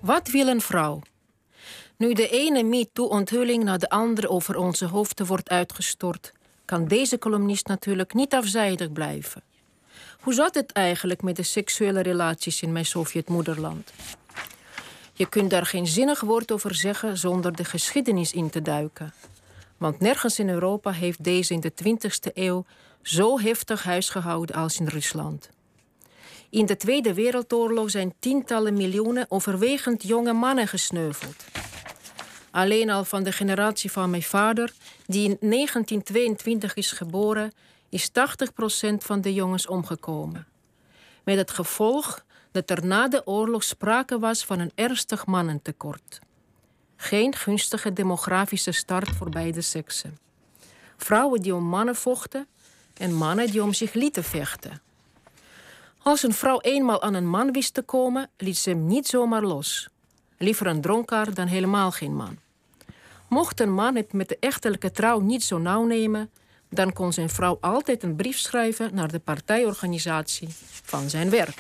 Wat wil een vrouw? Nu de ene MeToo-onthulling na de andere over onze hoofden wordt uitgestort, kan deze columnist natuurlijk niet afzijdig blijven. Hoe zat het eigenlijk met de seksuele relaties in mijn Sovjet-moederland? Je kunt daar geen zinnig woord over zeggen zonder de geschiedenis in te duiken. Want nergens in Europa heeft deze in de 20e eeuw zo heftig huisgehouden als in Rusland. In de Tweede Wereldoorlog zijn tientallen miljoenen overwegend jonge mannen gesneuveld. Alleen al van de generatie van mijn vader, die in 1922 is geboren, is 80% van de jongens omgekomen. Met het gevolg dat er na de oorlog sprake was van een ernstig mannentekort. Geen gunstige demografische start voor beide seksen. Vrouwen die om mannen vochten en mannen die om zich lieten vechten. Als een vrouw eenmaal aan een man wist te komen, liet ze hem niet zomaar los. Liever een dronkaard dan helemaal geen man. Mocht een man het met de echtelijke trouw niet zo nauw nemen, dan kon zijn vrouw altijd een brief schrijven naar de partijorganisatie van zijn werk.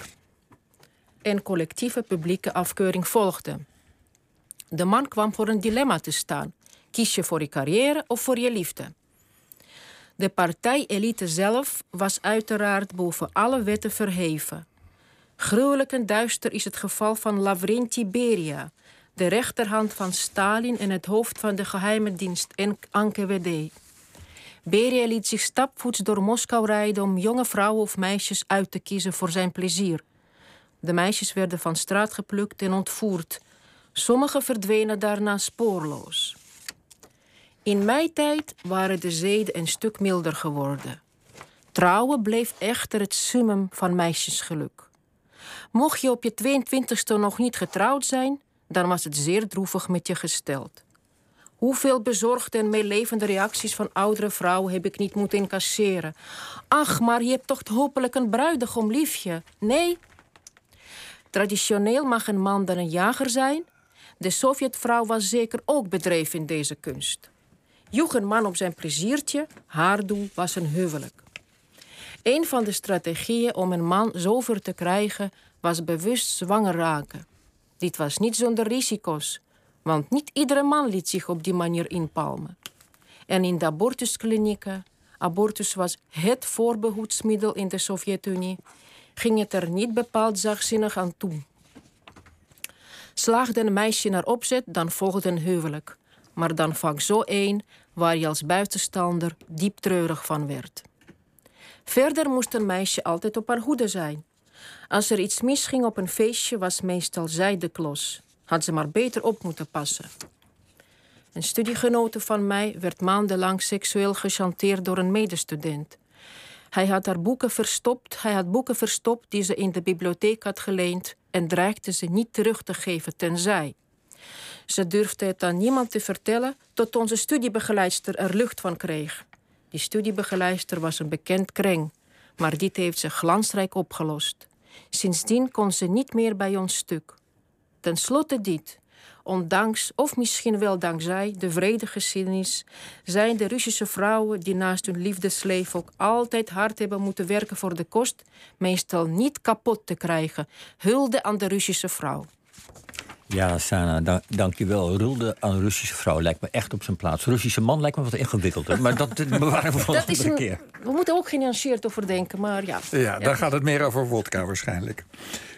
En collectieve publieke afkeuring volgde. De man kwam voor een dilemma te staan. Kies je voor je carrière of voor je liefde? De partijelite zelf was uiteraard boven alle wetten verheven. Gruwelijk en duister is het geval van Lavrenti Beria, de rechterhand van Stalin en het hoofd van de geheime dienst NKVD. Beria liet zich stapvoets door Moskou rijden om jonge vrouwen of meisjes uit te kiezen voor zijn plezier. De meisjes werden van straat geplukt en ontvoerd. Sommigen verdwenen daarna spoorloos. In mijn tijd waren de zeden een stuk milder geworden. Trouwen bleef echter het summum van meisjesgeluk. Mocht je op je 22e nog niet getrouwd zijn, dan was het zeer droevig met je gesteld. Hoeveel bezorgde en meelevende reacties van oudere vrouwen heb ik niet moeten incasseren. Ach, maar je hebt toch hopelijk een bruidegom, liefje? Nee? Traditioneel mag een man dan een jager zijn. De Sovjetvrouw was zeker ook bedreven in deze kunst. Joeg een man op zijn pleziertje, haar doel was een huwelijk. Een van de strategieën om een man zover te krijgen was bewust zwanger raken. Dit was niet zonder risico's, want niet iedere man liet zich op die manier inpalmen. En in de abortusklinieken, abortus was het voorbehoedsmiddel in de Sovjet-Unie, ging het er niet bepaald zachtzinnig aan toe. Slaagde een meisje naar opzet, dan volgde een huwelijk. Maar dan vaak zo één waar je als buitenstaander diep treurig van werd. Verder moest een meisje altijd op haar hoede zijn. Als er iets misging op een feestje, was meestal zij de klos. Had ze maar beter op moeten passen. Een studiegenote van mij werd maandenlang seksueel gechanteerd door een medestudent. Hij had boeken verstopt die ze in de bibliotheek had geleend en dreigde ze niet terug te geven tenzij. Ze durfde het aan niemand te vertellen tot onze studiebegeleidster er lucht van kreeg. Die studiebegeleidster was een bekend kreng, maar dit heeft ze glansrijk opgelost. Sindsdien kon ze niet meer bij ons stuk. Ten slotte dit. Ondanks, of misschien wel dankzij, de wrede geschiedenis zijn de Russische vrouwen die naast hun liefdesleven ook altijd hard hebben moeten werken voor de kost, meestal niet kapot te krijgen. Hulde aan de Russische vrouw. Ja, Sana, dank je wel. Hulde aan een Russische vrouw lijkt me echt op zijn plaats. Russische man lijkt me wat ingewikkelder. Maar dat bewaren we voor een andere keer. We moeten ook genuanceerd over denken, maar ja. Ja, daar gaat het meer over wodka waarschijnlijk.